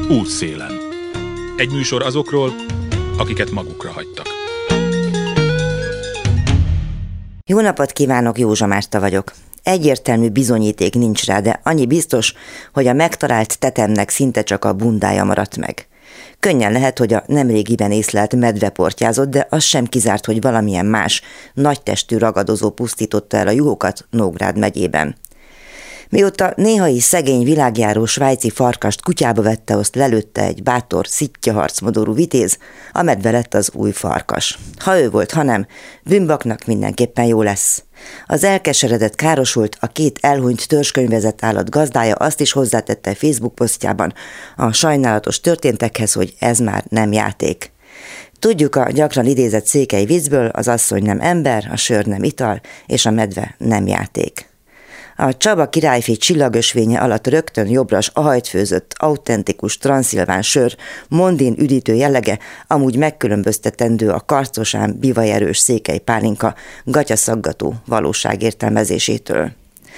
Útszélen. Egy műsor azokról, akiket magukra hagytak. Jó napot kívánok, Józsa Márta vagyok. Egyértelmű bizonyíték nincs rá, de annyi biztos, hogy a megtalált tetemnek szinte csak a bundája maradt meg. Könnyen lehet, hogy a nemrégiben észlelt medve portyázott, de az sem kizárt, hogy valamilyen más, nagytestű ragadozó pusztította el a juhokat Nógrád megyében. Mióta néhai szegény világjáró svájci farkast kutyába vette, azt lelőtte egy bátor, szitjaharcmodorú vitéz, a medve lett az új farkas. Ha ő volt, ha nem, Bűnbaknak mindenképpen jó lesz. Az elkeseredett, károsult, a két elhunyt törzskönyvezett állat gazdája azt is hozzátette Facebook posztjában a sajnálatos történtekhez, hogy ez már nem játék. Tudjuk a gyakran idézett székely viccből, az asszony nem ember, a sör nem ital, és a medve nem játék. A Csaba királyfi csillagösvénye alatt rögtön jobbras ahajtfőzött, autentikus transzilván sör, mondin üdítő jellege, amúgy megkülönböztetendő a karcosán bivajerős székely pálinka gatyaszaggató valóságértelmezésétől.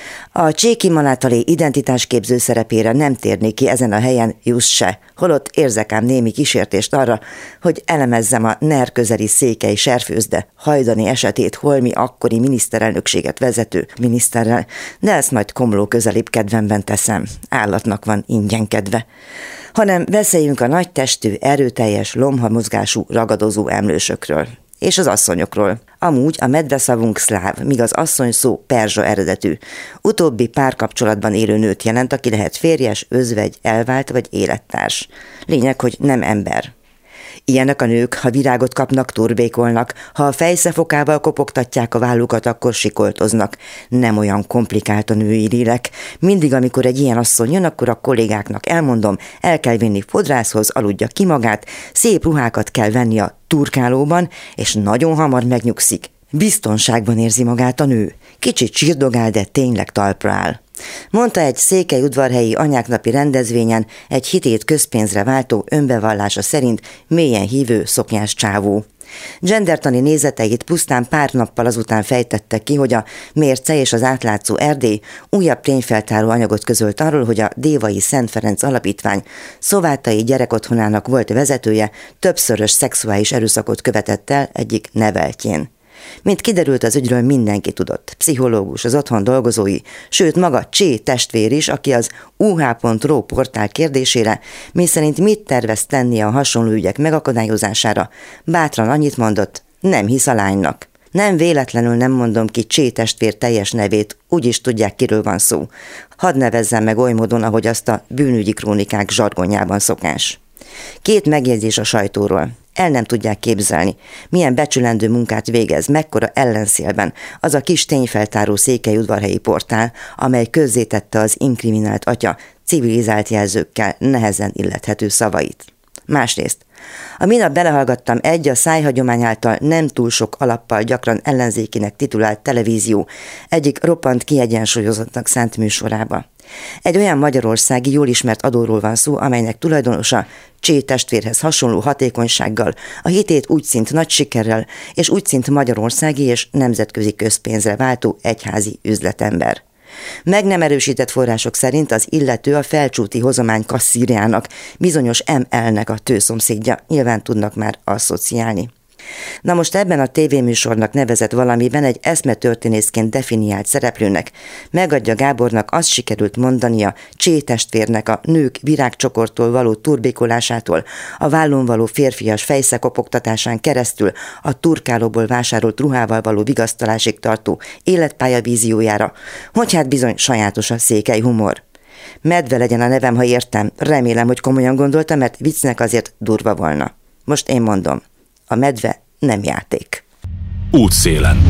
A Cséki Manátali identitásképző szerepére nem térnék ki ezen a helyen just se, holott érzek ám némi kísértést arra, hogy elemezzem a NER közeli székely serfőzde hajdani esetét holmi akkori miniszterelnökséget vezető miniszterrel, de ezt majd Komló közelibb kedvemben teszem, állatnak van ingyen kedve. Hanem beszéljünk a nagytestű, erőteljes, lomhamozgású ragadozó emlősökről. És az asszonyokról. Amúgy a medveszavunk szláv, míg az asszony szó perzsa eredetű. Utóbbi párkapcsolatban élő nőt jelent, aki lehet férjes, özvegy, elvált vagy élettárs. Lényeg, hogy nem ember. Ilyenek a nők, ha virágot kapnak, turbékolnak, ha a fejszefokával kopogtatják a vállukat, akkor sikoltoznak. Nem olyan komplikált a női lélek. Mindig, amikor egy ilyen asszony jön, akkor a kollégáknak elmondom, el kell vinni fodrászhoz, aludja ki magát, szép ruhákat kell venni a turkálóban, és nagyon hamar megnyugszik. Biztonságban érzi magát a nő. Kicsit csirdogál, de tényleg talpra áll. Mondta egy székelyudvarhelyi anyáknapi rendezvényen egy hitét közpénzre váltó önbevallása szerint mélyen hívő szoknyás csávó. Gendertani nézeteit pusztán pár nappal azután fejtette ki, hogy a Mérce és az átlátszó Erdély újabb tényfeltáró anyagot közölt arról, hogy a Dévai Szent Ferenc Alapítvány szovátai gyerekotthonának volt vezetője többszörös szexuális erőszakot követett el egyik neveltjén. Mint kiderült, az ügyről mindenki tudott, pszichológus, az otthon dolgozói, sőt maga Csé testvér is, aki az uh.ro portál kérdésére, miszerint mit tervez tennie a hasonló ügyek megakadályozására, bátran annyit mondott, nem hisz a lánynak. Nem véletlenül nem mondom ki Csé testvér teljes nevét, úgyis tudják, kiről van szó. Hadd nevezzem meg oly módon, ahogy azt a bűnügyi krónikák zsargonjában szokás. 2 megjegyzés a sajtóról. El nem tudják képzelni, milyen becsülendő munkát végez, mekkora ellenszélben az a kis tényfeltáró székelyudvarhelyi portál, amely közzétette az inkriminált atya civilizált jelzőkkel nehezen illethető szavait. Másrészt, a minap belehallgattam a szájhagyomány által nem túl sok alappal gyakran ellenzékinek titulált televízió egyik roppant kiegyensúlyozottnak szánt műsorába. Egy olyan magyarországi jól ismert adóról van szó, amelynek tulajdonosa Csé testvérhez hasonló hatékonysággal, a hitét úgy szint nagy sikerrel és úgy szint magyarországi és nemzetközi közpénzre váltó egyházi üzletember. Meg nem erősített források szerint az illető a Felcsúti hozomány kasszírjának, bizonyos ML-nek a tőszomszédja, nyilván tudnak már asszociálni. Na most ebben a tévéműsornak nevezett valamiben egy eszmetörténészként definiált szereplőnek Megadja Gábornak azt sikerült mondania Csé testvérnek a nők virágcsokortól való turbékolásától, a vállon való férfias fejszekopogtatásán keresztül a turkálóból vásárolt ruhával való vigasztalásig tartó életpálya víziójára, hogy hát bizony sajátos a székely humor. Medve legyen a nevem, ha értem, remélem, hogy komolyan gondolta, mert viccnek azért durva volna. Most én mondom. A medve nem játék. Útszélen.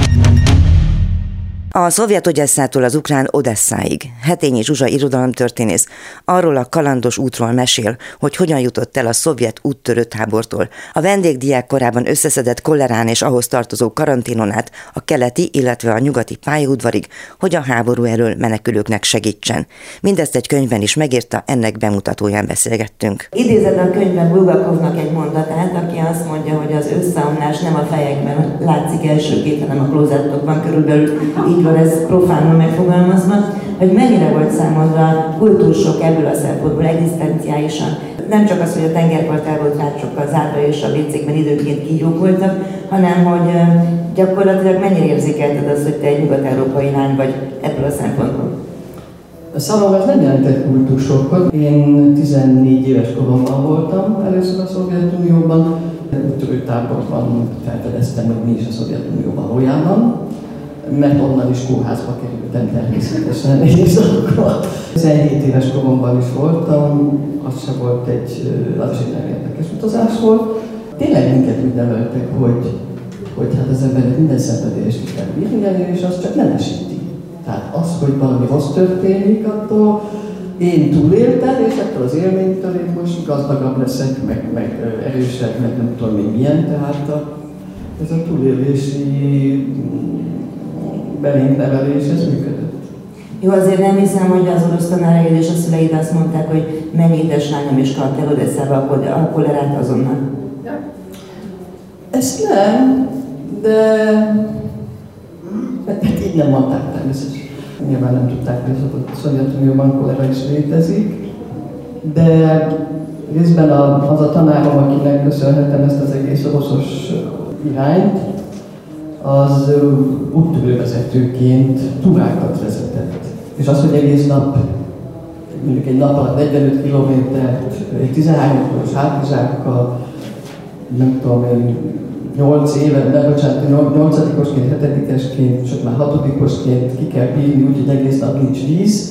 A szovjet Ogyesszától az ukrán Odesszáig Hetényi Zsuzsa irodalomtörténész arról a kalandos útról mesél, hogy hogyan jutott el a szovjet úttörő tábortól a vendégdiák korában összeszedett kollerán és ahhoz tartozó karanténon át a keleti, illetve a nyugati pályaudvarig, hogy a háború elől menekülőknek segítsen. Mindezt egy könyvben is megírta, ennek bemutatóján beszélgettünk. Idézed a könyvben Bulgakovnak egy mondatát, aki azt mondja, hogy az összeomlás nem a fejekben látszik elsőként, hanem a klózettokban körülbelül. Így van ez profánul megfogalmazva. hogy mennyire volt számodra kultúrsok ebből a szempontból egzisztenciálisan. Nem csak az, hogy a tengerpartáról sokkal zárva és a WC-kben időnként kígyók voltak, hanem hogy gyakorlatilag mennyire érzékelted azt, hogy te egy nyugat-európai lány vagy ebből a szempontból? Számomra ez nem jelentett kultúrsokkot. Én 14 éves koromban voltam először a Szovjetunióban. Úttörőtáborban felfedeztem, hogy mi is a Szovjetunió valójában, mert onnan is kórházba kerültem természetesen, és akkor 17 éves koromban is voltam, az is egy nagyon érdekes utazás volt. Tényleg minket úgy neveltek, hogy hát az embernek minden szenvedést ki kell bírni, és az csak nem esíti. Tehát az, hogy valami rossz történik, attól én túléltem, és ettől az élménytől én most gazdagabb leszek, meg erősebb, meg nem tudom még milyen, tehát ez a túlélési belénk nevelés, ez működött. Jó, azért nem hiszem, hogy az orosz tanáraid és a szüleid azt mondták, hogy menj édeslányom és kapd el Odesszába a kolerát azonnal. Ja. Ezt nem, de így nem mondták természetesen. Nyilván nem tudták, hogy a Szovjetunióban kolera is létezik, de részben az a tanárom, akinek köszönhetem ezt az egész oroszos irányt, az úttörővezetőként túrákat vezetett. És az, hogy egész nap, mondjuk egy nap alatt 45 kilométert, egy 13 kilós hátizsákkal, nem tudom én, 8 éve, de bocsánat, 8-osként, 7-esként, csak már 6-osként ki kell bírni, úgyhogy egész nap nincs víz.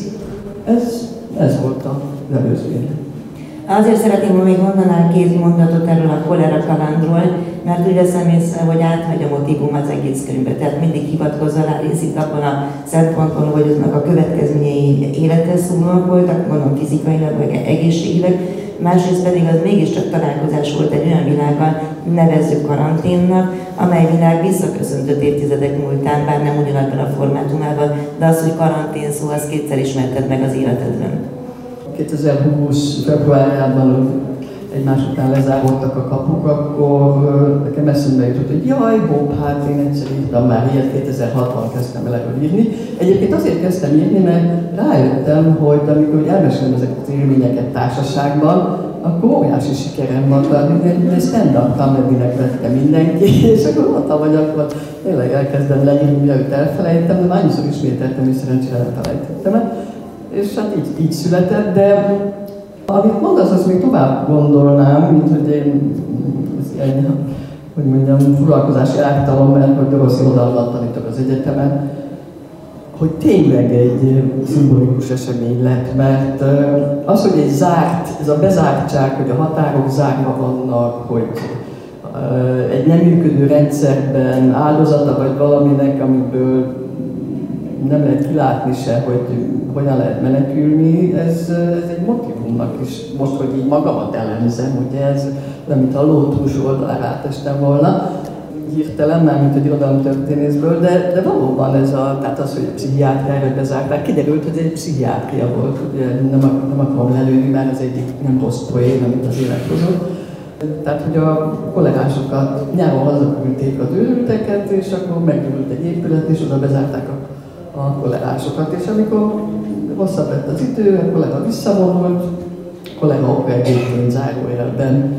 Ez volt a előzmény. Azért szeretném, hogy még mondanál két mondatot erről a kolera kalandról, mert úgy veszem észre, hogy átmegy a motívum az egész könyvbe. Tehát mindig hivatkozol rá részint abban a szempontból, hogy aznak a következményei életre szólóak voltak, mondom fizikailag, vagy egészségileg. Másrészt pedig az mégiscsak találkozás volt egy olyan világgal, nevezzük karanténnak, amely világ visszaköszöntött évtizedek múltán, bár nem ugyanabban a formátumában, de az, hogy karantén szó, az kétszer ismerted meg az életedben. 2020. februárjában egymás után lezáródtak a kapuk, akkor nekem eszembe jutott, hogy jaj, Bob, hát én egyszer írtam már ilyet, 2006-ban kezdtem el erről írni. Egyébként azért kezdtem írni, mert rájöttem, hogy amikor elmesélem ezeket az élményeket társaságban, akkor óriási sikerem van, de stand-up comedy-nek vette mindenki, és akkor mondtam, hogy akkor tényleg elkezdem leírni, mielőtt elfelejtem, de már annyiszor ismételtem, és szerencsére elfelejtettem el. És hát így született, de amit mondasz, azt még tovább gondolnám, mint hogy én ilyen, hogy mondjam, foglalkozási ártalom, mert hogy orosz irodalmat tanítok az egyetemen, hogy tényleg egy szimbolikus esemény lett, mert az, hogy egy zárt, ez a bezártság, hogy a határok zárva vannak, hogy egy nem működő rendszerben áldozata vagy valaminek, amiből nem lehet kilátni se, hogy hogyan lehet menekülni, ez egy motivumnak is. Most, hogy így magamat elemzem, ugye ez nem mint a ló túlsó oldalára átestem volna, hirtelen, már mint egy irodalomtörténészből, de valóban ez tehát az, hogy a pszichiátriára bezárták, kiderült, hogy egy pszichiátria volt, ugye nem akarom lelőni, mert ez egyik nem rossz poén, amit az élet hozott. Tehát, hogy a kollégásokat nyáron hazaküldték az őrülteket, és akkor meggyűlült egy épület, és oda bezárták a kollégásokat, és amikor rosszabb lett az idő, a kollega visszavonult, a kollega oka egyébként zárójelben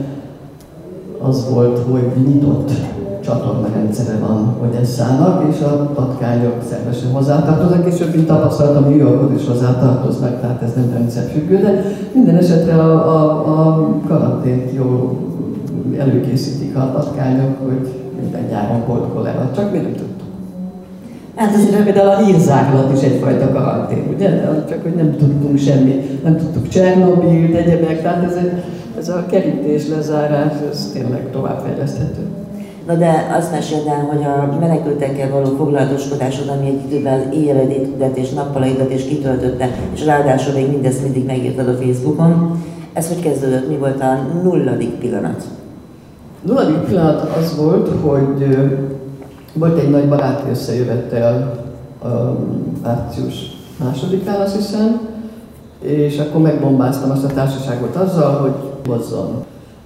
az volt, hogy nyitott csatornarendszere van Odesszának, és a patkányok szervesen hozzátartoznak, és mint tapasztaltam, New Yorkot is hozzátartoznak, tehát ez nem rendszerfüggő, de minden esetre a karantént jól előkészítik a patkányok, hogy minden nyáron volt kolera, csak mi nem tudtuk. Hát azért például a hírzárlat is egyfajta karantén, ugye? Csak hogy nem tudtunk semmit, nem tudtuk Csernobilt, egyebek, tehát ez a kerítés, lezárás, ez tényleg továbbfejleszthető. Na de azt meséld el, hogy a menekültekkel való foglalatoskodásod, ami egy időben éjjeledédet és nappalaidat is kitöltötte, és ráadásul még mindezt mindig megírtad a Facebookon. Ez hogy kezdődött? Mi volt a nulladik pillanat? Nulladik pillanat az volt, hogy volt egy nagy baráti összejövetel március 2-án, azt hiszem, és akkor megbombáztam azt a társaságot azzal, hogy hozzon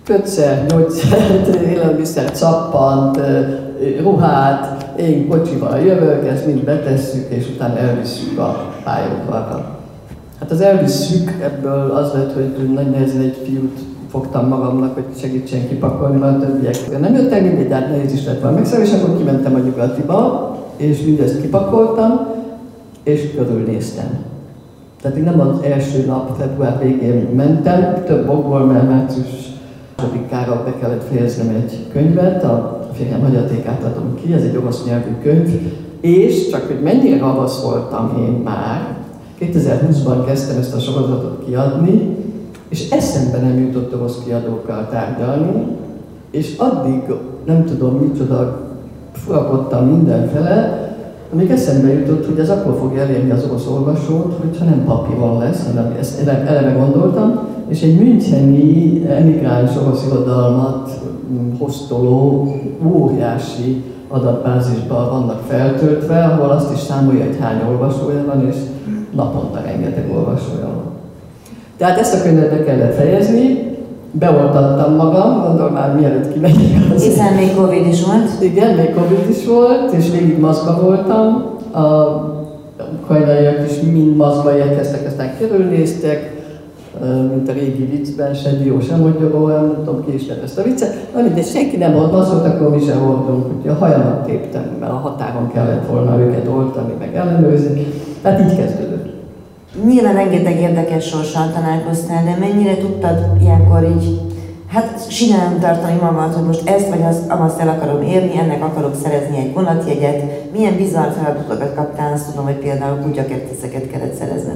kötszer, gyógyszert, élelmiszert, szappant, ruhát, én kocsival jövök, ezt mind betesszük, és utána elvisszük a pályaudvarra. Hát az elvisszük, ebből az lett, hogy nagy nehezen egy fiút fogtam magamnak, hogy segítsen kipakolni, mert a többiek nem jöttek, mindegy, hát nehéz is lett volna megszállni, és akkor kimentem a Nyugatiba, és mindezt kipakoltam, és körülnéztem. Tehát még nem az első nap, február végén mentem, több okból, mert március 2-ára be kellett fejeznem egy könyvet, a férjem hagyatékát adom ki, ez egy orosz nyelvű könyv, és csak hogy mennyire ravasz voltam én már, 2020-ban kezdtem ezt a sorozatot kiadni, és eszembe nem jutott orosz kiadókkal tárgyalni, és addig nem tudom micsoda furakodtam mindenfele, amíg eszembe jutott, hogy ez akkor fog elérni az orosz olvasót, hogyha nem papíron lesz, hanem ezt eleve gondoltam, és egy müncheni emigráns orosz irodalmat hoztoló óriási adatbázisban vannak feltöltve, ahol azt is számolja, hogy hány olvasója van, és naponta rengeteg olvasója van. Tehát ezt a könyvet be kellett fejezni, beoltattam magam, gondolom már mielőtt kimegyek. Hiszen még Covid is volt. Igen, még Covid is volt, és végig maszkba voltam. A ukrajnaiak is mind maszkba érkeztek, aztán körülnéztek, mint a régi viccben, se dió, sem mogyoró, nem tudom ki ismer ezt a viccet. De senki nem volt maszkot, akkor mi sem hordunk, úgyhogy a hajamat téptem, mert a határon kellett volna őket oltani, meg ellenőrizni. Tehát így kezdődött. Nyilván rengeteg érdekes sorssal találkoztál, de mennyire tudtad ilyenkor így, hát sinem tartani magad, hogy most ezt vagy azt el akarom érni, ennek akarok szerezni egy vonatjegyet. Milyen bizarr feladatokat kaptál, azt tudom, hogy például kutyakertészeket kellett szerezned.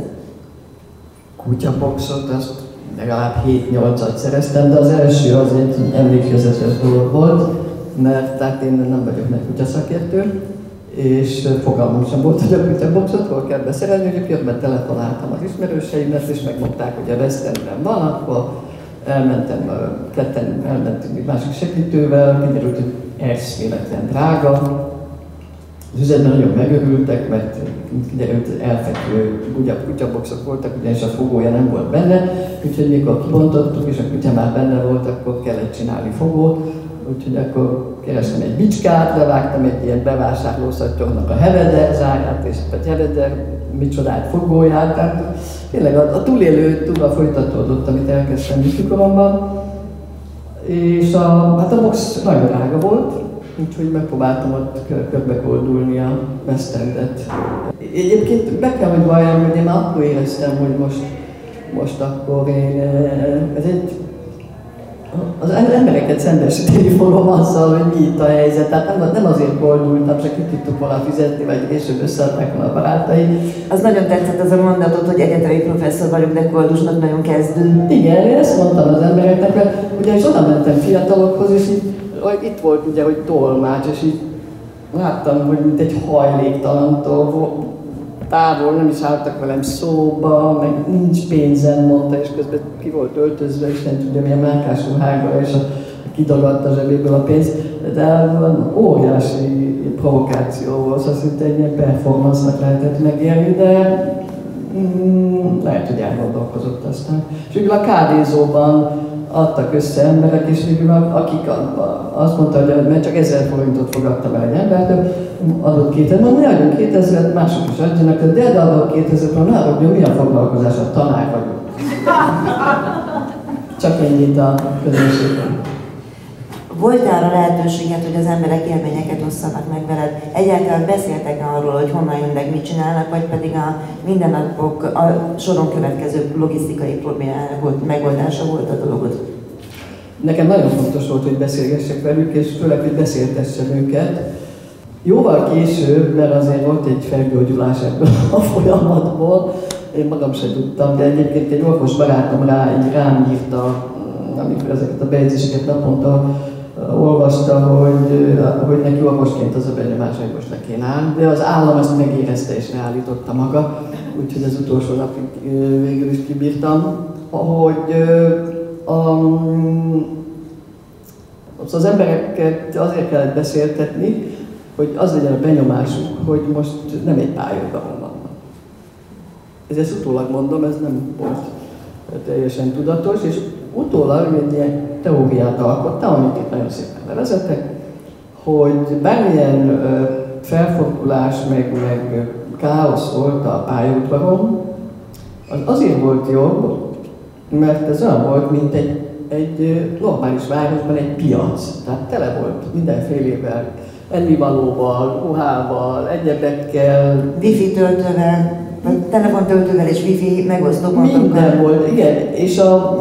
Kutyaboxot, azt legalább 7-8-at szereztem, de az első az egy emlékezetes dolog volt, mert tehát én nem vagyok meg kutyaszakértő, és fogalmam sem volt, hogy a kutyaboxot hol kell beszerezni, hogy körben telefonáltam az ismerőseimnek, és megmondták, hogy a West Endben van, akkor ketten elmentünk egy másik segítővel, kiderült, hogy eszméletlen drága. Az üzletben nagyon megörültek, mert kiderült, hogy elfekvő kutyaboxok voltak, ugyanis a fogója nem volt benne, úgyhogy mikor kibontottuk, és a kutya már benne volt, akkor kellett csinálni fogót, úgyhogy akkor kerestem egy bicskát, levágtam egy ilyen bevásárlószatyornak a heveder zárát, és a heveder micsodát fogóját, tehát tényleg a túlélő túra folytatódott, amit elkezdtem ifjúkoromban, és a box nagyon drága volt, úgyhogy megpróbáltam ott körbekordulni a West Endet. Egyébként be kell, hogy valljam, hogy én már akkor éreztem, hogy most akkor ez egy az embereket szembesíteni fogom azzal, hogy mi itt a helyzet. Tehát nem azért boldultam, csak ki tudtuk volna fizetni, vagy később összeadták volna a barátai. Az nagyon tetszett az a mondatot, hogy egyetemi professzor vagyok, de koldusnak nagyon kezdő. Igen, én ezt mondtam az embereknek, mert ugyanis oda mentem fiatalokhoz, és itt volt ugye, hogy tolmács, és így láttam, hogy mint egy hajléktalantól távol, nem is álltak velem szóba, meg nincs pénzem, mondta, és közben ki volt öltözve, és nem tudja milyen márkás ruhába, és kidagadt a zsebéből a pénz. De óriási provokáció volt, azt hitt egy ilyen performance-nak lehetett megélni, de lehet, hogy elgondolkozott aztán. És végül a kádézóban adtak össze emberek, és végül akik azt mondta, hogy mert csak 1000 forintot fogadtam el egy embertől, adott 2000, mondom, ne adjunk 2000-et, mások is adjanak, de adok 2000-et, ne adjuk, mi a foglalkozás, a tanár vagyok. Csak ennyit a közönségben. Volt arra lehetőséget, hogy az emberek élményeket osszanak meg veled? Egyáltalán beszéltek arról, hogy honnan jönnek, mit csinálnak, vagy pedig a mindennapok, a soron következő logisztikai problémának megoldása volt a dolgot? Nekem nagyon fontos volt, hogy beszélgessek velük, és főleg, hogy beszéltessem őket. Jóval később, mert azért volt egy felgyógyulás ebből a folyamatból, én magam sem tudtam, de egyébként egy orvos barátom rám írta, amikor ezeket a bejegyzéseket naponta olvasta, hogy neki orvosként az a benyomás, hogy most le kéne állni, de az állam ezt megérezte és reállította maga, úgyhogy az utolsó napig végül is kibírtam, hogy az embereket azért kellett beszéltetni, hogy az legyen a benyomásuk, hogy most nem egy pályaudvaron vannak. Ezt utólag mondom, ez nem volt teljesen tudatos, és utólag egy ilyen teóriát alkotta, amit itt nagyon szépen levezetek, hogy bármilyen felfordulás, meg káosz volt a pályaudvaron, az azért volt jobb, mert ez olyan volt, mint egy normális városban egy piac. Tehát tele volt mindenfélével, ennivalóval, ruhával, egyebekkel. Wifi töltővel, telefontöltővel és wifi megosztópontokkal. Minden volt, igen. És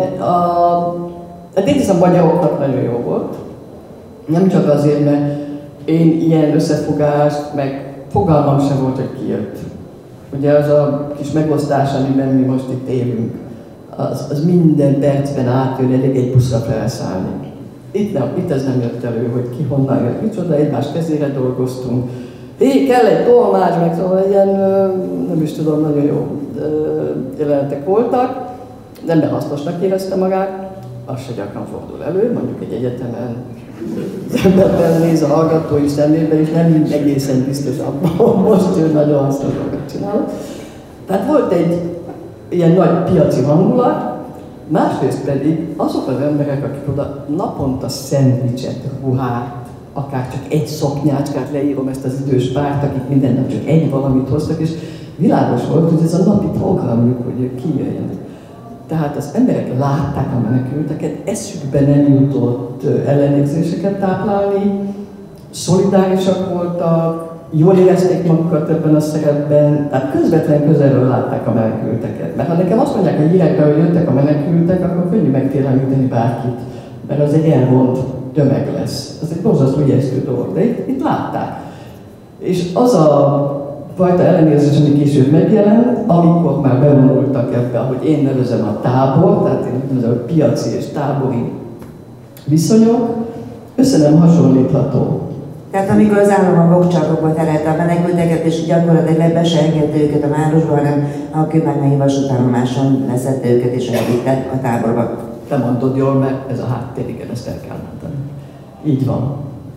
a Dél-Tisztán magyaroknak nagyon jó volt. Nem csak azért, mert én ilyen összefogást, meg fogalmam sem volt, hogy kijött. Ugye az a kis megosztás, amiben mi most itt élünk, az minden percben átjön, elég egy buszra felszállni. Itt ez nem jött elő, hogy ki honnan jött, micsoda, egymás kezére dolgoztunk. Kell egy tolmács, meg szóval ilyen, nem is tudom, nagyon jó jelenetek voltak. Nem hasznosnak érezte magát, az se gyakran fordul elő, mondjuk egy egyetemen az ember néz a hallgatói szemébe, és nem egészen biztos abban, hogy most ő nagyon hasznos dolgot csinál. Tehát volt egy ilyen nagy piaci hangulat, másrészt pedig azok az emberek, akik oda naponta szendvicset, ruhát, akár csak egy szoknyácskát, leírom ezt az idős párt, akik minden nap csak egy valamit hoztak, és világos volt, hogy ez a napi programjuk, hogy ők kijöjjenek. Tehát az emberek látták a menekülteket, eszükbe nem jutott ellenérzéseket táplálni, szolidárisak voltak, jól érezték magukat ebben a szerepben, tehát közvetlen közelről látták a menekülteket. Mert ha nekem azt mondják a hírekben, hogy jöttek a menekültek, akkor könnyű megtéleníteni bárkit, mert az egy elvont tömeg lesz. Az egy borzasztó ijesztő dolog, de itt látták. És az a fajta ellenérzés, ami később megjelent, amikor már bevonultak ebbe, ahogy én nevezem a tábor, tehát én nevezem a piaci és tábori viszonyok, össze nem hasonlítható. Tehát amikor az állam a vokcsarnokba terelte a menekülteket, és gyakorlatilag be se engedte őket a városba, hanem a kőbányai vasútállomáson leszette őket és elvitte a táborba. Te mondod jól, mert ez a háttér, igen, ezt el kell mondani. Így van.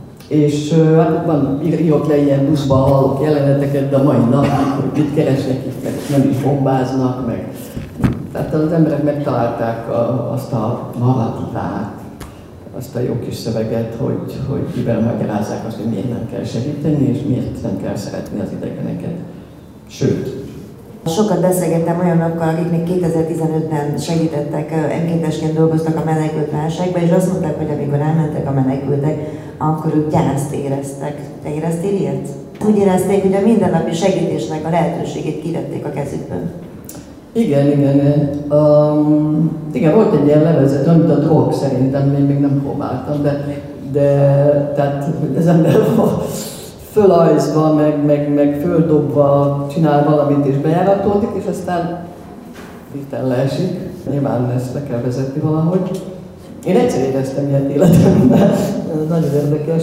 És hát írok le ilyen buszban hallok jeleneteket, de a mai napig, hogy mit keresnek itt, meg nem is bombáznak, meg. Tehát az emberek megtalálták azt a narratívát, azt a jó kis szöveget, hogy mivel magyarázzák azt, hogy miért nem kell segíteni, és miért nem kell szeretni az idegeneket. Sőt. Sokat beszélgettem olyanokkal, akik még 2015-ben segítettek, önkéntesként dolgoztak a menekült válságban, és azt mondták, hogy amikor elmentek a menekültek, akkor ők gyászt éreztek. Te éreztél ilyet? Úgy érezték, hogy a mindennapi segítésnek a lehetőségét kivették a kezükből. Igen. Igen, volt egy ilyen levezet, amit a drog szerintem még nem próbáltam, de tehát az ember fölajzva, meg földobva csinál valamit és bejáratódik, és aztán hirtelen leesik. Nyilván ezt le kell vezetni valahogy. Én egyszer éreztem ilyet életemben, ez nagyon érdekes.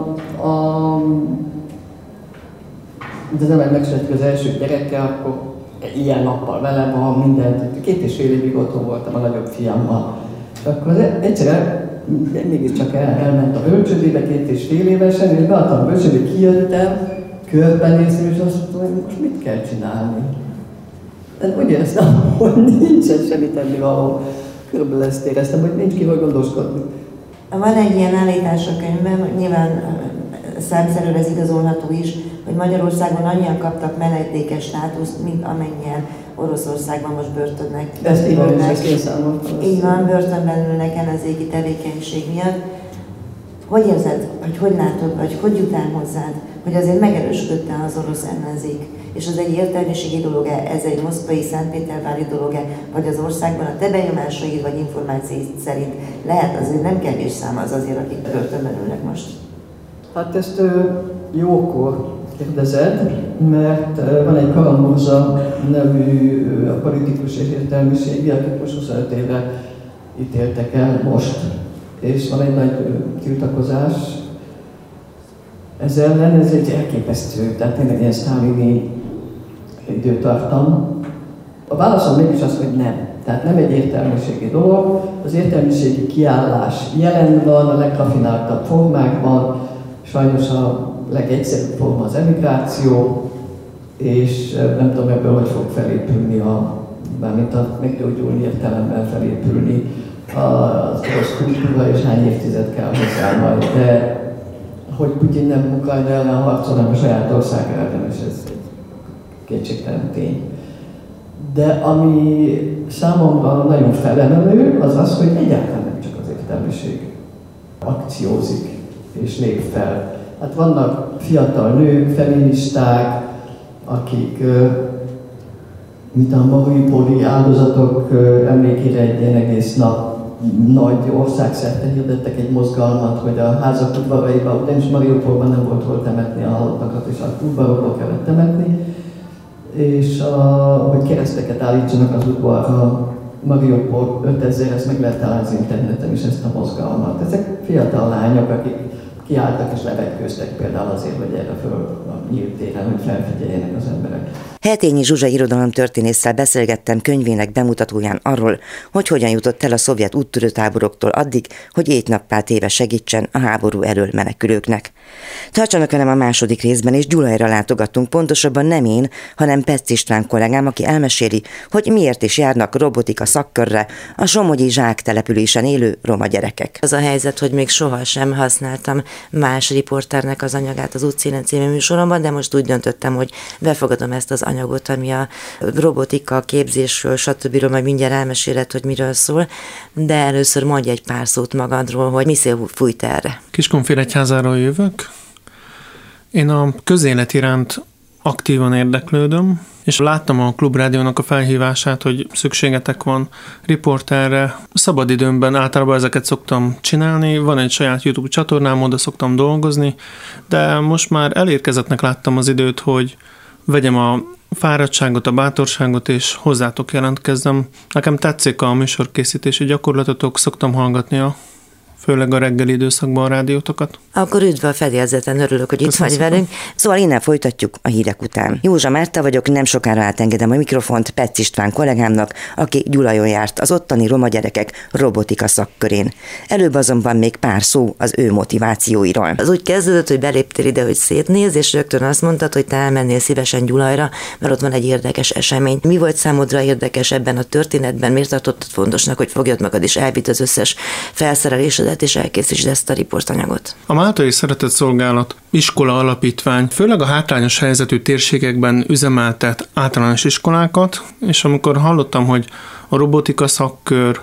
De az ember megszületik az első gyerekkel, akkor ilyen nappal vele van, mindent. 2,5 évig otthon voltam a nagyobb fiammal. És akkor egyszer mégiscsak elment a bölcsődébe 2,5 évesen, és beadtam a bölcsődébe, kijöttem, körbenéztem, és azt mondtam, hogy most mit kell csinálni. De úgy éreztem, hogy nincsen semmi tennivaló. Körülbelül ezt éreztem, hogy nincs kivel gondoskodni. Van egy ilyen állítás a könyvben, nyilván számszerűen ez igazolható is, hogy Magyarországon annyian kaptak menedékes státuszt, mint amennyien Oroszországban most börtönnek. Ezt így van, és ezt én számoltam. Így van, börtönben ülnek ellenzéki tevékenység miatt. Hogy érzed, vagy hogy látod, vagy hogy jut el hozzád, hogy azért megerősödött az orosz ellenzék? És az egy értelmiségi dolog-e, ez egy moszkvai, szentpétervári dolog-e, vagy az országban a te benyomásaid vagy információid szerint lehet azért nem kevés szám az azért, akik börtönben ülnek most? Hát ezt jókor kérdezed, mert van egy Karamurza nevű politikus és értelmiségi, akik most 25 éve ítéltek el most. És van egy nagy tiltakozás ez ellen, ez egy elképesztő, tehát tényleg ilyen sztálini időtartam. A válaszom mégis az, hogy nem. Tehát nem egy értelmiségi dolog, az értelmiségi kiállás jelen van, a legrafináltabb formákban, sajnos a legegyszerűbb forma az emigráció, és nem tudom ebből, hogy fog felépülni a mármint a meggyógyulni értelemben felépülni, az orosz kultúra és hány évtized kell hozzá majd, de hogy Putyin nem Ukrajna ellen harcol, hanem a saját ország ellen, és ez kétségtelen tény. De ami számomra nagyon felemelő, az az, hogy egyáltalán nem csak az értelmiség akciózik és lép fel. Hát vannak fiatal nők, feministák, akik mint a mariupoli áldozatok emlékére egy ilyen egész nap nagy országszerte hirdettek egy mozgalmat, hogy a házak udvaraiba, ugyanis Mariupolban nem volt hol temetni a halottakat, és a udvarokba kellett temetni, és hogy kereszteket állítsanak az udvarra. Mariupol 5000, ezt meg lehet találni az interneten is, ezt a mozgalmat. Ezek fiatal lányok, akik kiálltak és levetkőztek például azért, hogy erre föl a nyílt téren, hogy felfigyeljenek az emberek. Hetényi Zsuzsa irodalomtörténésszel beszélgettem könyvének bemutatóján arról, hogy hogyan jutott el a szovjet úttörőtáboroktól addig, hogy 7 nappá téve segítsen a háború elől menekülőknek. Tartsanak velem a második részben, és Gyulajra látogattunk, pontosabban nem én, hanem Petsz István kollégám, aki elmeséli, hogy miért is járnak robotika szakkörre a somogyi Zsák településen élő roma gyerekek. Az a helyzet, hogy még sohasem használtam más riporternek az anyagát az Útszínen című műsoromban, de most úgy döntöttem, hogy befogadom ezt az anyagot, ami a robotika, képzésről, stb. Majd mindjárt elmeséled, hogy miről szól, de először mondj egy pár szót magadról, hogy mi szél fújt erre. Kiskunfélegyházáról jövök. Én a közélet iránt aktívan érdeklődöm, és láttam a Klubrádiónak a felhívását, hogy szükségetek van riporterre. Szabadidőmben általában ezeket szoktam csinálni, van egy saját YouTube csatornám, oda szoktam dolgozni, de most már elérkezettnek láttam az időt, hogy vegyem a fáradtságot, a bátorságot, és hozzátok jelentkezzem. Nekem tetszik a műsorkészítési gyakorlatotok, szoktam hallgatni főleg a reggeli időszakban a rádiótokat. Akkor üdv a fedélzeten, örülök, hogy itt vagy velünk. Szóval innen folytatjuk a hírek után. Józsa Márta vagyok, nem sokára átengedem a mikrofont Petsz István kollégámnak, aki Gyulajon járt az ottani roma gyerekek robotika szakkörén. Előbb azonban még pár szó az ő motivációiról. Az úgy kezdődött, hogy beléptél ide, hogy szétnéz, és rögtön azt mondtad, hogy te elmennél szívesen Gyulajra, mert ott van egy érdekes esemény. Mi volt számodra érdekes ebben a történetben? Miért tartottad fontosnak, hogy fogjad magad és elvidd az összes felszerelésedet és elkészítsd ezt a riportanyagot? A Máltai Szeretetszolgálat iskola alapítvány főleg a hátrányos helyzetű térségekben üzemeltet általános iskolákat, és amikor hallottam, hogy a robotika szakkör,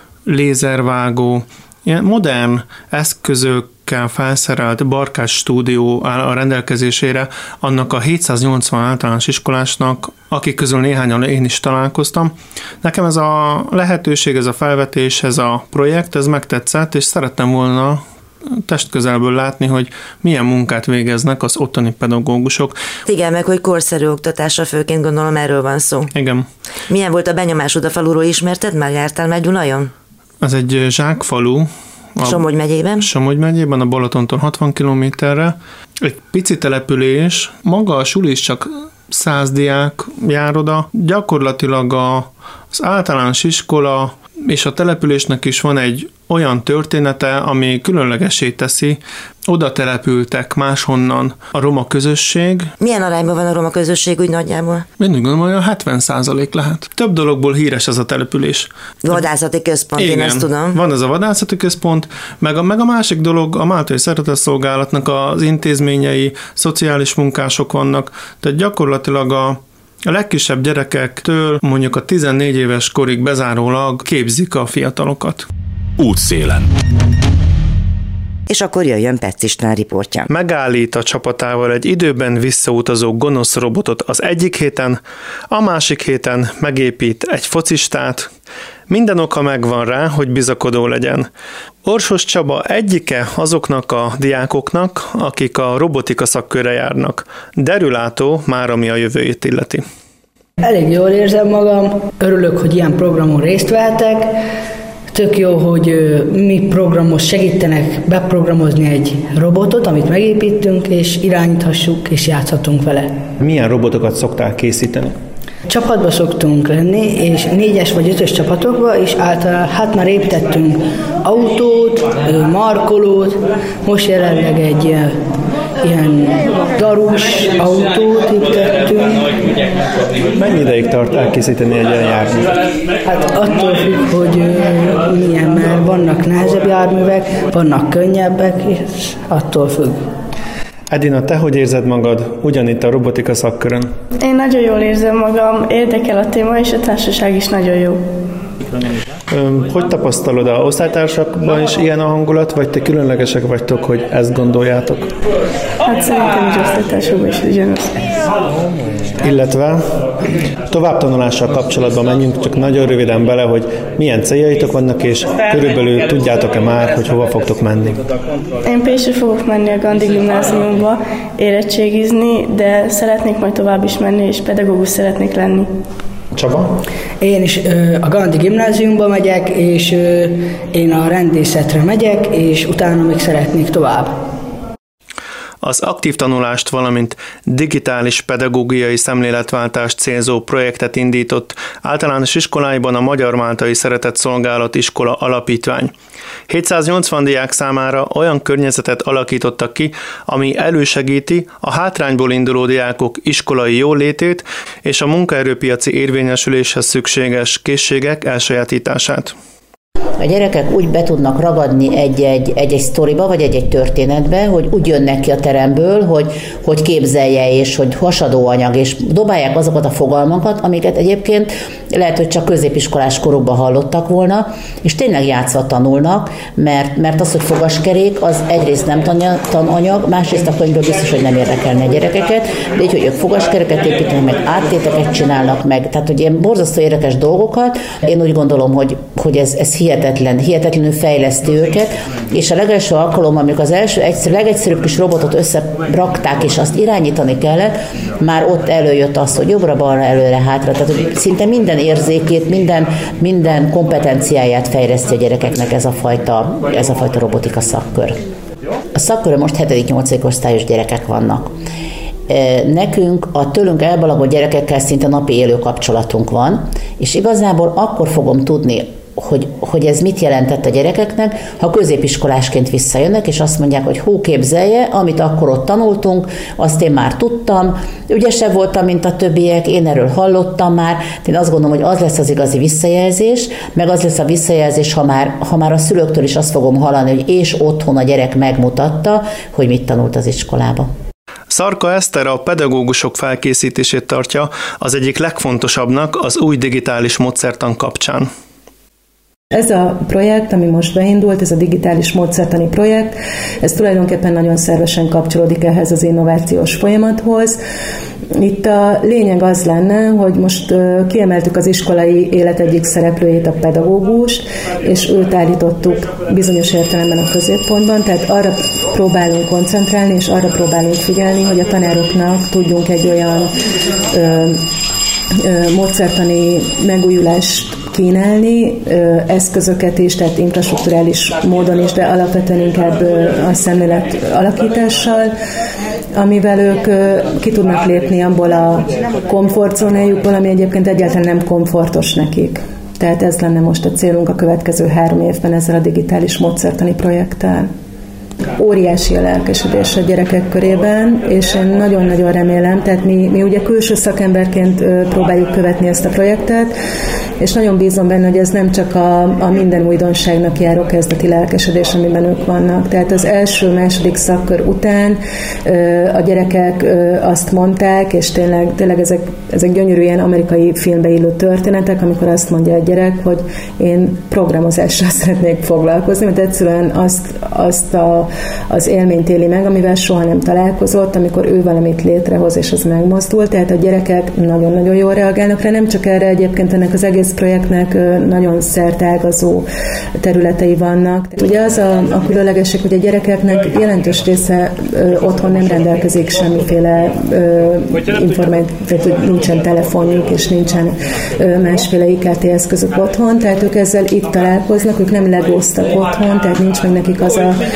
lézervágó, ilyen modern eszközökkel felszerelt Barkács stúdió áll a rendelkezésére annak a 780 általános iskolásnak, akik közül néhányan én is találkoztam. Nekem ez a lehetőség, ez a felvetés, ez a projekt, ez megtetszett, és szerettem volna testközelből látni, hogy milyen munkát végeznek az ottani pedagógusok. Igen, meg hogy korszerű oktatásra főként, gondolom, erről van szó. Igen. Milyen volt a benyomásod a faluról, ismerted már? Jártál már Gyulajon? Ez egy zsákfalu. Somogy megyében? Somogy megyében, a Balatontól 60 kilométerre. Egy pici település, maga a suli is csak 100 diák jár oda. Gyakorlatilag az általános iskola és a településnek is van egy olyan története, ami különlegessé teszi. Oda települtek máshonnan a roma közösség. Milyen arányban van a roma közösség úgy nagyjából? Én úgy gondolom, hogy a 70% lehet. Több dologból híres ez a település. Vadászati központ, igen, én ezt tudom. Van ez a vadászati központ, meg a másik dolog, a Máltai Szeretetszolgálatnak az intézményei, szociális munkások vannak, tehát gyakorlatilag a legkisebb gyerekektől mondjuk a 14 éves korig bezárólag képzik a fiatalokat. Útszélen. És akkor jöjjön Petsz István riportja. Megállít a csapatával egy időben visszautazó gonosz robotot az egyik héten, a másik héten megépít egy focistát. Minden oka megvan rá, hogy bizakodó legyen. Orsos Csaba egyike azoknak a diákoknak, akik a robotika szakkörre járnak. Derülátó már, ami a jövőjét illeti. Elég jól érzem magam, örülök, hogy ilyen programon részt vehetek. Tök jó, hogy mi programos segítenek beprogramozni egy robotot, amit megépítünk, és irányíthassuk, és játszhatunk vele. Milyen robotokat szoktál készíteni? Csapatba szoktunk lenni, és 4-es vagy 5-ös csapatokba, és általában már építettünk autót, markolót, most jelenleg egy ilyen darús autót építettünk. Mennyi ideig tart elkészíteni egy ilyen járművet? Hát attól függ, hogy milyen, mert vannak nehezebb járművek, vannak könnyebbek, és attól függ. Edina, te hogy érzed magad ugyanitt a robotika szakkörön? Én nagyon jól érzem magam, érdekel a téma, és a társaság is nagyon jó. Hogy tapasztalod, a osztálytársakban is ilyen a hangulat, vagy te különlegesek vagytok, hogy ezt gondoljátok? Hát szerintem az osztálytársakban is ugyanaz. Illetve továbbtanulással kapcsolatban menjünk csak nagyon röviden bele, hogy milyen céljaitok vannak, és körülbelül tudjátok-e már, hogy hova fogtok menni? Én Pécsre fogok menni a Gandhi gimnáziumba érettségizni, de szeretnék majd tovább is menni, és pedagógus szeretnék lenni. Csaba? Én is a Gandhi gimnáziumba megyek, és én a rendészetre megyek, és utána még szeretnék tovább. Az aktív tanulást, valamint digitális pedagógiai szemléletváltást célzó projektet indított általános iskoláiban a Magyar Máltai Szeretett Szolgálat Iskola Alapítvány. 780 diák számára olyan környezetet alakítottak ki, ami elősegíti a hátrányból induló diákok iskolai jólétét és a munkaerőpiaci érvényesüléshez szükséges készségek elsajátítását. A gyerekek úgy be tudnak ragadni egy-egy sztoriba, vagy egy-egy történetbe, hogy úgy jönnek ki a teremből, hogy képzelje, és hogy hasadó anyag, és dobálják azokat a fogalmakat, amiket egyébként lehet, hogy csak középiskolás korukban hallottak volna, és tényleg játszva tanulnak, mert az, hogy fogaskerék, az egyrészt nem tananyag, másrészt a könyvből biztos, hogy nem érdekelne a gyerekeket, de így, hogy ők fogaskereket építenek, meg áttéteket csinálnak meg, tehát hogy ilyen borzasztó érdekes dolgokat. Én úgy gondolom, hogy ez hihetetlenül fejleszti őket, és a legelső alkalom, amikor az legegyszerűbb kis robotot összerakták, és azt irányítani kellett, már ott előjött az, hogy jobbra-balra, előre-hátra, tehát hogy szinte minden érzékét, minden kompetenciáját fejleszti a gyerekeknek ez a fajta robotika szakkör. A szakkörön most 7.-8. osztályos gyerekek vannak. Nekünk a tőlünk elbalagott gyerekekkel szinte napi élő kapcsolatunk van, és igazából akkor fogom tudni, hogy ez mit jelentett a gyerekeknek, ha középiskolásként visszajönnek, és azt mondják, hogy képzelje, amit akkor ott tanultunk, azt én már tudtam, ügyesebb voltam, mint a többiek, én erről hallottam már, én azt gondolom, hogy az lesz az igazi visszajelzés, meg az lesz a visszajelzés, ha már a szülőktől is azt fogom hallani, hogy és otthon a gyerek megmutatta, hogy mit tanult az iskolába. Szarka Eszter a pedagógusok felkészítését tartja az egyik legfontosabbnak az új digitális módszertan kapcsán. Ez a projekt, ami most beindult, ez a digitális módszertani projekt, ez tulajdonképpen nagyon szervesen kapcsolódik ehhez az innovációs folyamathoz. Itt a lényeg az lenne, hogy most kiemeltük az iskolai élet egyik szereplőjét, a pedagógust, és őt állítottuk bizonyos értelemben a középpontban, tehát arra próbálunk koncentrálni, és arra próbálunk figyelni, hogy a tanároknak tudjunk egy olyan módszertani megújulást kínálni, eszközöket is, tehát infrastrukturális módon is, de alapvetően inkább a szemlélet alakítással, amivel ők ki tudnak lépni abból a komfortzónájukból, ami egyébként egyáltalán nem komfortos nekik. Tehát ez lenne most a célunk a következő 3 évben ezzel a digitális módszertani projekttel. Óriási a lelkesedés a gyerekek körében, és én nagyon-nagyon remélem, tehát mi ugye külső szakemberként próbáljuk követni ezt a projektet, és nagyon bízom benne, hogy ez nem csak a minden újdonságnak járó kezdeti lelkesedés, amiben ők vannak. Tehát az első-második szakkör után a gyerekek azt mondták, és tényleg ezek gyönyörű ilyen amerikai filmbe illő történetek, amikor azt mondja a gyerek, hogy én programozással szeretnék foglalkozni, mert egyszerűen azt az élményt éli meg, amivel soha nem találkozott, amikor ő valamit létrehoz, és az megmozdul. Tehát a gyerekek nagyon-nagyon jól reagálnak rá, nem csak erre, egyébként ennek az egész projektnek nagyon szerteágazó területei vannak. Ugye az a különlegesség, hogy a gyerekeknek jelentős része otthon nem rendelkezik semmiféle információ, nincsen telefonjuk, és nincsen másféle IKT eszközök otthon, tehát ők ezzel itt találkoznak, ők nem legóztak otthon, tehát nincs meg nekik az a fajta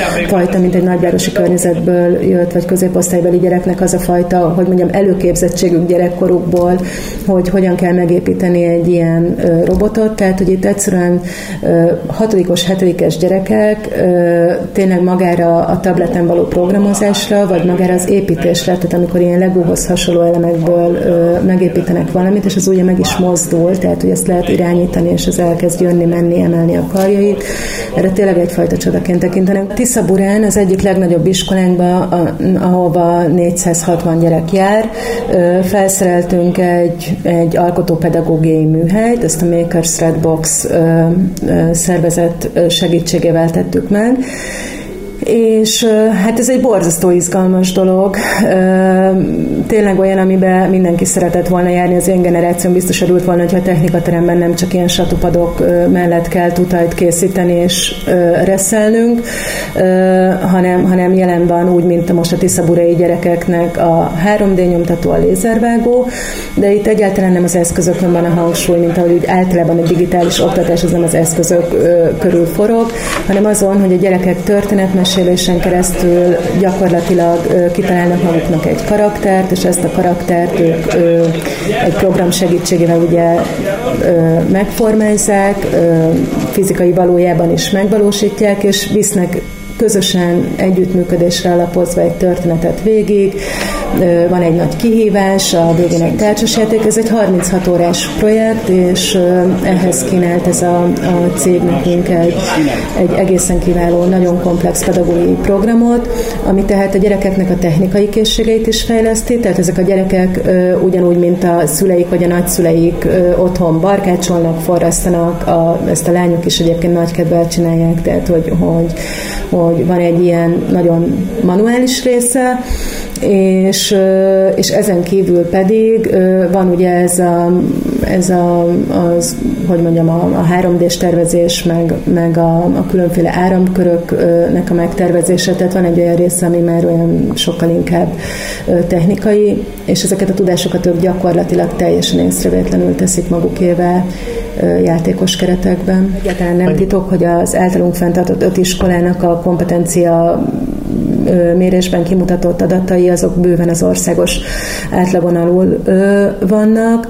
fajta, mint egy nagyvárosi környezetből jött, vagy középosztálybeli gyereknek az a fajta, hogy mondjam, előképzettségük gyerekkorukból, hogy hogyan kell megépíteni egy ilyen robotot. Tehát, hogy itt egyszerűen 6-os, 7-es gyerekek tényleg magára a tableten való programozásra, vagy magára az építésre, tehát amikor ilyen Legóhoz hasonló elemekből megépítenek valamit, és az ugye meg is mozdul, tehát hogy ezt lehet irányítani, és ez elkezd jönni, menni, emelni a karjait. Erre tényleg egyfajta csodaként tekintenek. Tiszaburán az egyik legnagyobb iskolánkban, ahova 460 gyerek jár, felszereltünk egy alkotópedagógiai műhelyt, ezt a Makers Threadbox szervezet segítségével tettük meg, és hát ez egy borzasztó izgalmas dolog. Tényleg olyan, amiben mindenki szeretett volna járni, az én generációm biztos örült volna, hogyha a technikateremben nem csak ilyen satupadok mellett kell tutajt készíteni és reszelnünk, hanem jelen van úgy, mint most a tiszaburai gyerekeknek a 3D nyomtató, a lézervágó, de itt egyáltalán nem az eszközökön van a hangsúly, mint ahogy úgy általában a digitális oktatás az nem az eszközök körül forog, hanem azon, hogy a gyerekek történetmesélésen keresztül gyakorlatilag kitalálnak maguknak egy karaktert, és ezt a karaktert ők egy program segítségével ugye megformázzák, fizikai valójában is megvalósítják, és visznek közösen együttműködésre alapozva egy történetet végig. Van egy nagy kihívás, a végén egy társasjáték. Ez egy 36 órás projekt, és ehhez kínált ez a cég nekünk egy egészen kiváló, nagyon komplex pedagógiai programot, ami tehát a gyerekeknek a technikai készségeit is fejleszti, tehát ezek a gyerekek ugyanúgy, mint a szüleik vagy a nagyszüleik otthon barkácsolnak, forrasztanak, ezt a lányok is egyébként nagy kedvel csinálják, tehát hogy van egy ilyen nagyon manuális része, és ezen kívül pedig van ugye ez hogy mondjam, a 3D-s tervezés, meg a különféle áramköröknek a megtervezése, tehát van egy olyan része, ami már olyan sokkal inkább technikai, és ezeket a tudásokat ők gyakorlatilag teljesen észrevétlenül teszik magukével játékos keretekben. Egyáltalán nem titok, hogy az általunk fenntartott 5 iskolának a kompetencia mérésben kimutatott adatai, azok bőven az országos átlagon alul vannak.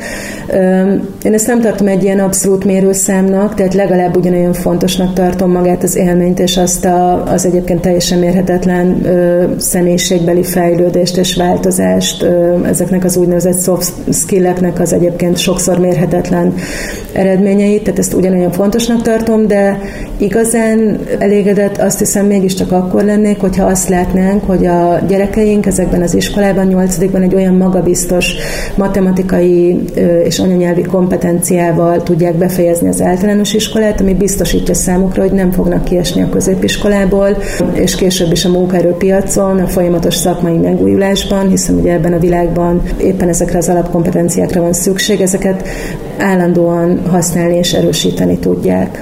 Én ezt nem tartom egy ilyen abszolút mérőszámnak, tehát legalább ugyanolyan fontosnak tartom magát az élményt, és azt az egyébként teljesen mérhetetlen személyiségbeli fejlődést és változást, ezeknek az úgynevezett soft skill-eknek az egyébként sokszor mérhetetlen eredményeit, tehát ezt ugyanolyan fontosnak tartom, de igazán elégedett azt hiszem mégiscsak akkor lennék, hogyha azt látnánk, hogy a gyerekeink ezekben az iskolában, 8-ban egy olyan magabiztos matematikai és anyanyelvi kompetenciával tudják befejezni az általános iskolát, ami biztosítja számukra, hogy nem fognak kiesni a középiskolából, és később is a munkaerőpiacon, a folyamatos szakmai megújulásban, hiszen ugye ebben a világban éppen ezekre az alapkompetenciákra van szükség, ezeket állandóan használni és erősíteni tudják.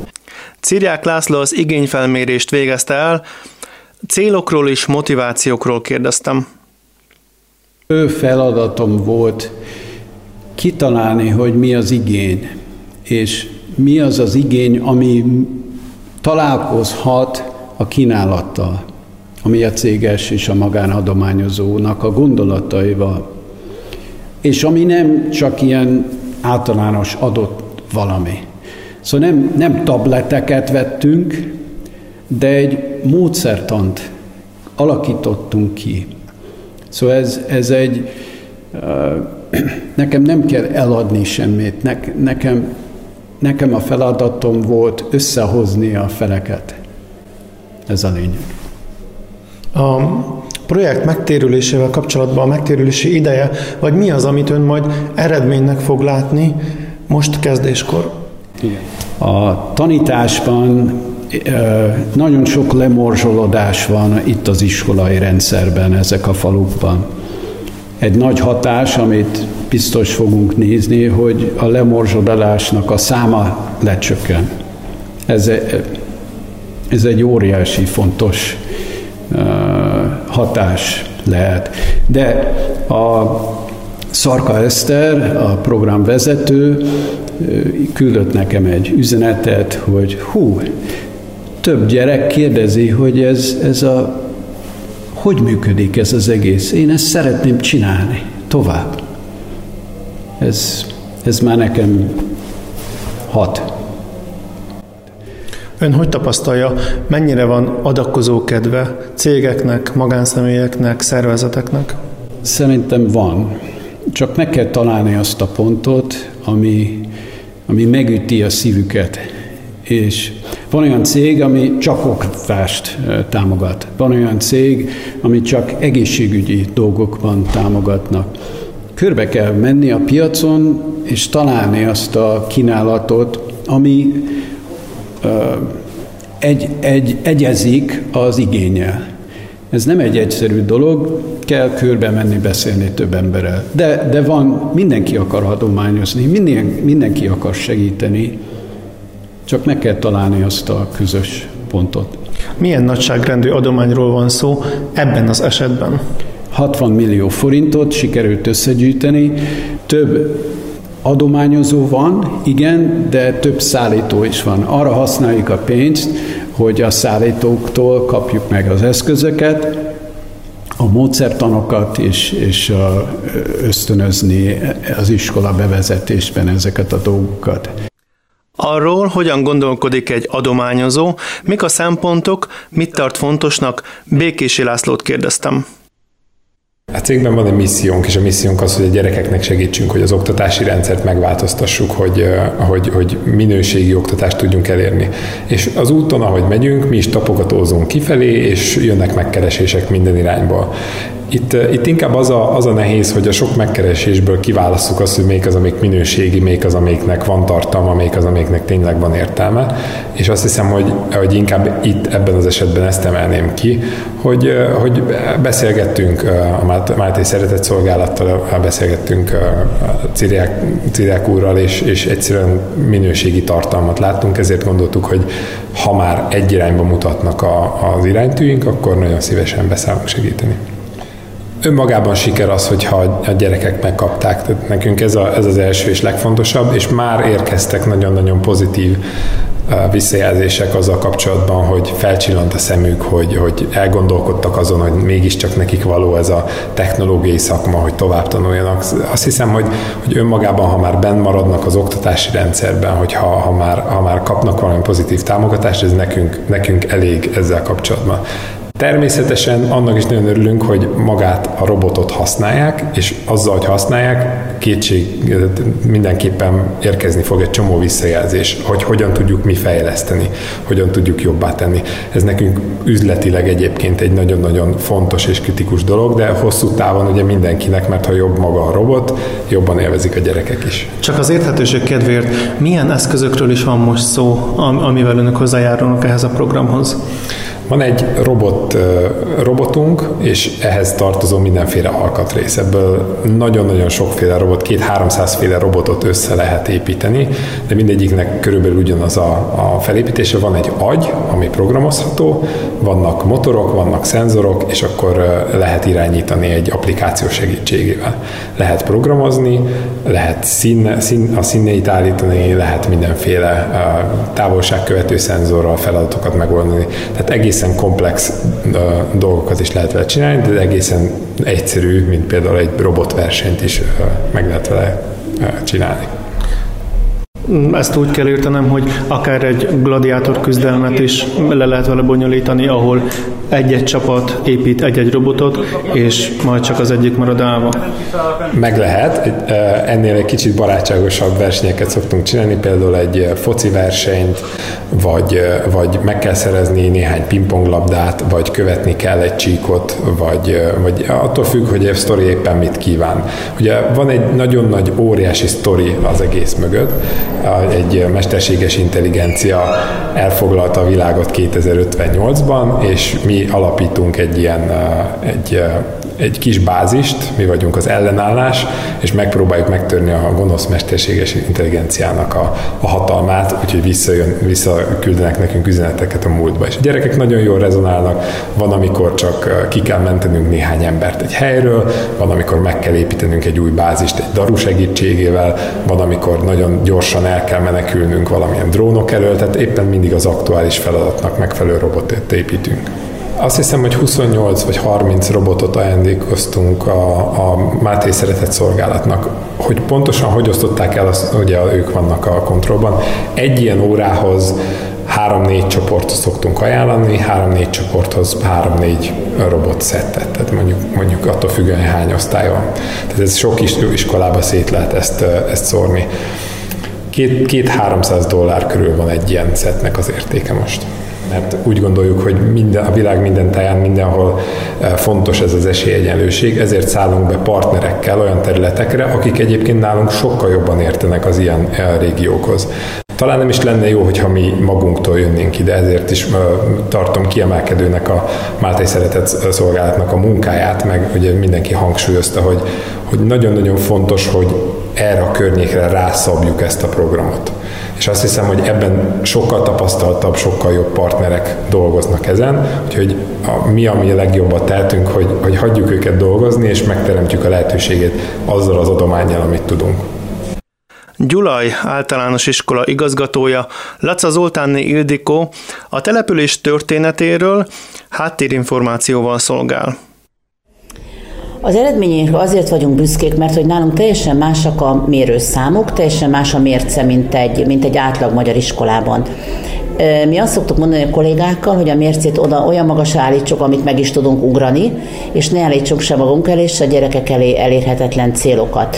Ciriák László az igényfelmérést végezte el, célokról és motivációkról kérdeztem. Ő feladatom volt kitalálni, hogy mi az igény, és mi az az igény, ami találkozhat a kínálattal, ami a céges és a magánadományozónak a gondolataival, és ami nem csak ilyen általános adott valami. Szóval nem tableteket vettünk, de egy módszertant alakítottunk ki. Szóval ez egy, nekem nem kell eladni semmit, nekem a feladatom volt összehozni a feleket. Ez a lényeg. A projekt megtérülésével kapcsolatban a megtérülési ideje, vagy mi az, amit ön majd eredménynek fog látni most kezdéskor? A tanításban nagyon sok lemorzsolódás van itt az iskolai rendszerben, ezek a falukban. Egy nagy hatás, amit biztos fogunk nézni, hogy a lemorzsolódásnak a száma lecsökken. Ez egy óriási, fontos hatás lehet. De a Szarka Eszter, a programvezető küldött nekem egy üzenetet, hogy több gyerek kérdezi, hogy hogy működik ez az egész. Én ezt szeretném csinálni tovább. Ez már nekem hat. Ön hogy tapasztalja, mennyire van adakozó kedve cégeknek, magánszemélyeknek, szervezeteknek? Szerintem van. Csak meg kell találni azt a pontot, ami megüti a szívüket. És van olyan cég, ami csak oktatást támogat. Van olyan cég, ami csak egészségügyi dolgokban támogatnak. Körbe kell menni a piacon, és találni azt a kínálatot, ami egyezik az igénnyel. Ez nem egy egyszerű dolog, kell körbe menni, beszélni több emberrel. De van, mindenki akar adományozni, mindenki akar segíteni, csak meg kell találni azt a közös pontot. Milyen nagyságrendű adományról van szó ebben az esetben? 60 millió forintot sikerült összegyűjteni, több adományozó van, igen, de több szállító is van. Arra használjuk a pénzt, hogy a szállítóktól kapjuk meg az eszközöket, a módszertanokat, és ösztönözni az iskola bevezetésben ezeket a dolgokat. Arról, hogyan gondolkodik egy adományozó, mik a szempontok, mit tart fontosnak, Békési Lászlót kérdeztem. A cégben van egy missziónk, és a missziónk az, hogy a gyerekeknek segítsünk, hogy az oktatási rendszert megváltoztassuk, hogy minőségi oktatást tudjunk elérni. És az úton, ahogy megyünk, mi is tapogatózunk kifelé, és jönnek megkeresések minden irányból. Itt inkább az a nehéz, hogy a sok megkeresésből kiválasszuk azt, hogy melyik az, amelyik minőségi, melyik az, amelyiknek van tartalma, melyik az, amelyiknek tényleg van értelme. És azt hiszem, hogy inkább itt ebben az esetben ezt emelném ki, hogy beszélgettünk a Máté Szeretett Szolgálattal, beszélgettünk Ciriák úrral, és egyszerűen minőségi tartalmat láttunk, ezért gondoltuk, hogy ha már egy irányba mutatnak az iránytűink, akkor nagyon szívesen beszállunk segíteni. Önmagában siker az, hogyha a gyerekek megkapták. Tehát nekünk ez az első és legfontosabb, és már érkeztek nagyon-nagyon pozitív visszajelzések azzal kapcsolatban, hogy felcsillant a szemük, hogy elgondolkodtak azon, hogy mégiscsak nekik való ez a technológiai szakma, hogy tovább tanuljanak. Azt hiszem, hogy önmagában, ha már benn maradnak az oktatási rendszerben, hogy ha már kapnak valami pozitív támogatást, ez nekünk elég ezzel kapcsolatban. Természetesen annak is nagyon örülünk, hogy magát a robotot használják, és azzal, hogy használják, mindenképpen érkezni fog egy csomó visszajelzés, hogy hogyan tudjuk mi fejleszteni, hogyan tudjuk jobbá tenni. Ez nekünk üzletileg egyébként egy nagyon-nagyon fontos és kritikus dolog, de hosszú távon ugye mindenkinek, mert ha jobb maga a robot, jobban élvezik a gyerekek is. Csak az érthetőség kedvéért milyen eszközökről is van most szó, amivel önök hozzájárulnak ehhez a programhoz? Van egy robotunk, és ehhez tartozó mindenféle alkatrész. Ebből nagyon-nagyon sokféle robot, 200-300 féle robotot össze lehet építeni, de mindegyiknek körülbelül ugyanaz a felépítése. Van egy agy, ami programozható, vannak motorok, vannak szenzorok, és akkor lehet irányítani egy applikáció segítségével. Lehet programozni, lehet a színeit állítani, lehet mindenféle távolságkövető szenzorral feladatokat megoldani. Tehát egészen komplex dolgokat is lehet vele csinálni, de egészen egyszerű, mint például egy robotversenyt is meg lehet vele csinálni. Ezt úgy kell értenem, hogy akár egy gladiátor küzdelmet is le lehet vele bonyolítani, ahol egy-egy csapat épít egy-egy robotot, és majd csak az egyik marad állva. Meg lehet. Ennél egy kicsit barátságosabb versenyeket szoktunk csinálni, például egy foci versenyt, vagy meg kell szerezni néhány pingponglabdát, vagy követni kell egy csíkot, vagy attól függ, hogy a sztori éppen mit kíván. Ugye van egy nagyon nagy, óriási sztori az egész mögött. Egy mesterséges intelligencia elfoglalta a világot 2058-ban, és mi alapítunk egy egy kis bázist, mi vagyunk az ellenállás, és megpróbáljuk megtörni a gonosz mesterséges intelligenciának a hatalmát, úgyhogy visszaküldenek nekünk üzeneteket a múltba. És a gyerekek nagyon jól rezonálnak, van, amikor csak ki kell mentenünk néhány embert egy helyről, van, amikor meg kell építenünk egy új bázist egy daru segítségével, van, amikor nagyon gyorsan el kell menekülnünk valamilyen drónok elől, tehát éppen mindig az aktuális feladatnak megfelelő robotot építünk. Azt hiszem, hogy 28 vagy 30 robotot ajándékoztunk a Máté Szeretett Szolgálatnak. Hogy pontosan hogy osztották el, ugye ők vannak a kontrollban. Egy ilyen órához 3-4 csoportot szoktunk ajánlani, 3-4 csoporthoz 3-4 robotszettet, tehát mondjuk attól függően hány osztály van. Tehát ez sok iskolába szét lehet ezt szórni. $200-300 körül van egy ilyen szettnek az értéke most. Mert úgy gondoljuk, hogy a világ minden táján, mindenhol fontos ez az esélyegyenlőség, ezért szállunk be partnerekkel olyan területekre, akik egyébként nálunk sokkal jobban értenek az ilyen régiókhoz. Talán nem is lenne jó, hogyha mi magunktól jönnénk ide, ezért is tartom kiemelkedőnek a Máté Szeretett Szolgálatnak a munkáját, meg ugye mindenki hangsúlyozta, hogy nagyon-nagyon fontos, hogy erre a környékre rászabjuk ezt a programot. És azt hiszem, hogy ebben sokkal tapasztaltabb, sokkal jobb partnerek dolgoznak ezen, úgyhogy ami a legjobbat tehetünk, hogy hagyjuk őket dolgozni, és megteremtjük a lehetőségét azzal az adománnyal, amit tudunk. Gyulaj általános iskola igazgatója Laca Zoltánné Ildikó a település történetéről háttérinformációval szolgál. Az eredményeinkre azért vagyunk büszkék, mert hogy nálunk teljesen másak a mérőszámok, teljesen más a mérce, mint egy átlag magyar iskolában. Mi azt szoktuk mondani a kollégákkal, hogy a mércét oda olyan magasra állítsuk, amit meg is tudunk ugrani, és ne állítsuk se magunk elé, se a gyerekek elé elérhetetlen célokat.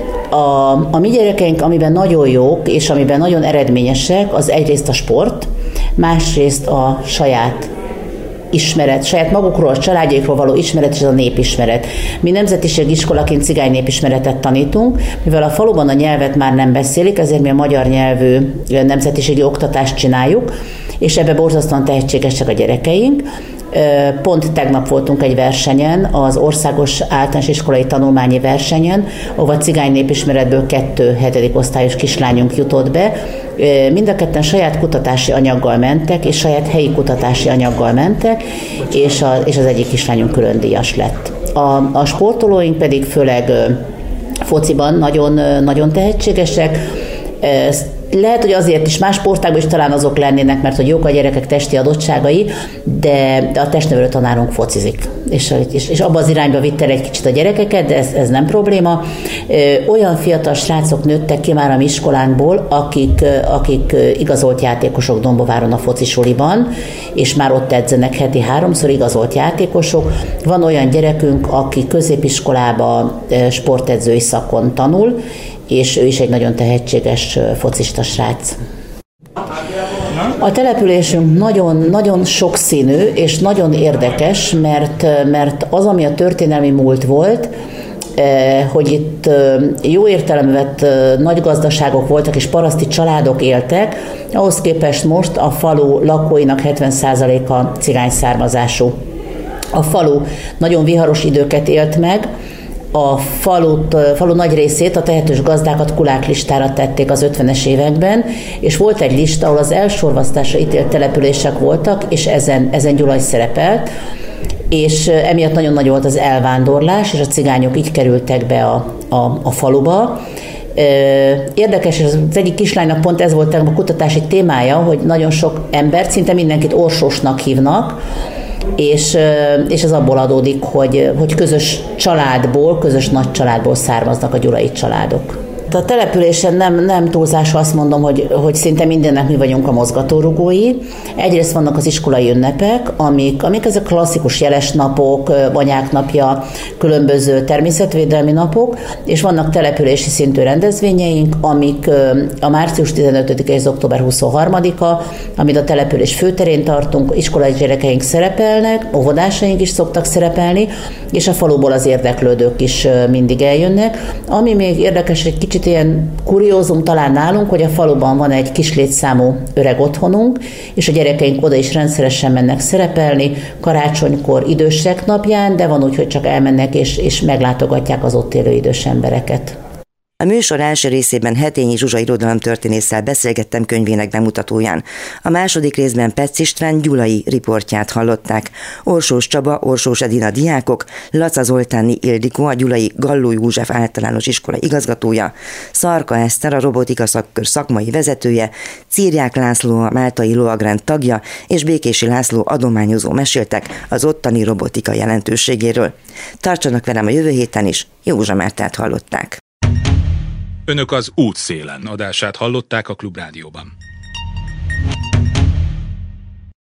A mi gyerekeink, amiben nagyon jók, és amiben nagyon eredményesek, az egyrészt a sport, másrészt a saját magukról, a családjaikról való ismeret és a népismeret. Mi nemzetiségi iskolaként cigány népismeretet tanítunk, mivel a faluban a nyelvet már nem beszélik, ezért mi a magyar nyelvű nemzetiségi oktatást csináljuk, és ebbe borzasztóan tehetségesek a gyerekeink. Pont tegnap voltunk egy versenyen, az országos általános iskolai tanulmányi versenyen, ahova cigány népismeretből 2 7. osztályos kislányunk jutott be. Mind a ketten saját kutatási anyaggal mentek, és saját helyi kutatási anyaggal mentek, és az egyik kislányunk külön díjas lett. A sportolóink pedig főleg fociban nagyon, nagyon tehetségesek. Lehet, hogy azért is más sportágban is talán azok lennének, mert hogy jók a gyerekek testi adottságai, de a testnevelő tanárunk focizik. És abba az irányba vitte egy kicsit a gyerekeket, de ez nem probléma. Olyan fiatal srácok nőttek ki már a mi iskolánkból, akik igazolt játékosok Dombováron a focisuliban, és már ott edzenek heti 3-szor, igazolt játékosok. Van olyan gyerekünk, aki középiskolába sportedzői szakon tanul, és ő is egy nagyon tehetséges focista srác. A településünk nagyon sokszínű és nagyon érdekes, mert az, ami a történelmi múlt volt, hogy itt jó értelemben vett nagy gazdaságok voltak és paraszti családok éltek, ahhoz képest most a falu lakóinak 70%-a cigány származású. A falu nagyon viharos időket élt meg, a falu nagy részét, a tehetős gazdákat kuláklistára tették az 50-es években, és volt egy lista, ahol az elsorvasztásra ítélt települések voltak, és ezen Gyulaj szerepelt, és emiatt nagyon nagy volt az elvándorlás, és a cigányok így kerültek be a faluba. Érdekes, és az egyik kislánynak pont ez volt a kutatási témája, hogy nagyon sok embert, szinte mindenkit Orsósnak hívnak, és ez abból adódik, hogy közös családból, közös nagy családból származnak a gyulai családok. A településen nem túlzás, azt mondom, hogy szinte mindennek mi vagyunk a mozgatórugói. Egyrészt vannak az iskolai ünnepek, amik ezek klasszikus jeles napok, anyák napja, különböző természetvédelmi napok, és vannak települési szintű rendezvényeink, amik a március 15-e és október 23-a, amit a település főterén tartunk, iskolai gyerekeink szerepelnek, óvodásaink is szoktak szerepelni, és a faluból az érdeklődők is mindig eljönnek. Ami még érdekes, egy kicsit kicsit ilyen kuriózum talán nálunk, hogy a faluban van egy kis létszámú öreg otthonunk, és a gyerekeink oda is rendszeresen mennek szerepelni, karácsonykor, idősek napján, de van úgy, hogy csak elmennek és meglátogatják az ott élő idős embereket. A műsor első részében Hetényi Zsuzsa irodalomtörténésszel beszélgettem könyvének bemutatóján. A második részben Petsz István gyulai riportját hallották. Orsós Csaba, Orsós Edina diákok, Laca Zoltáni Ildikó, a gyulai Galló József általános iskola igazgatója, Szarka Eszter, a robotika szakkör szakmai vezetője, Círják László, a máltai lovagrend tagja, és Békési László adományozó meséltek az ottani robotika jelentőségéről. Tartsanak velem a jövő héten is, Józsa Mártát hallották. Önök az Útszélen adását hallották a Klubrádióban.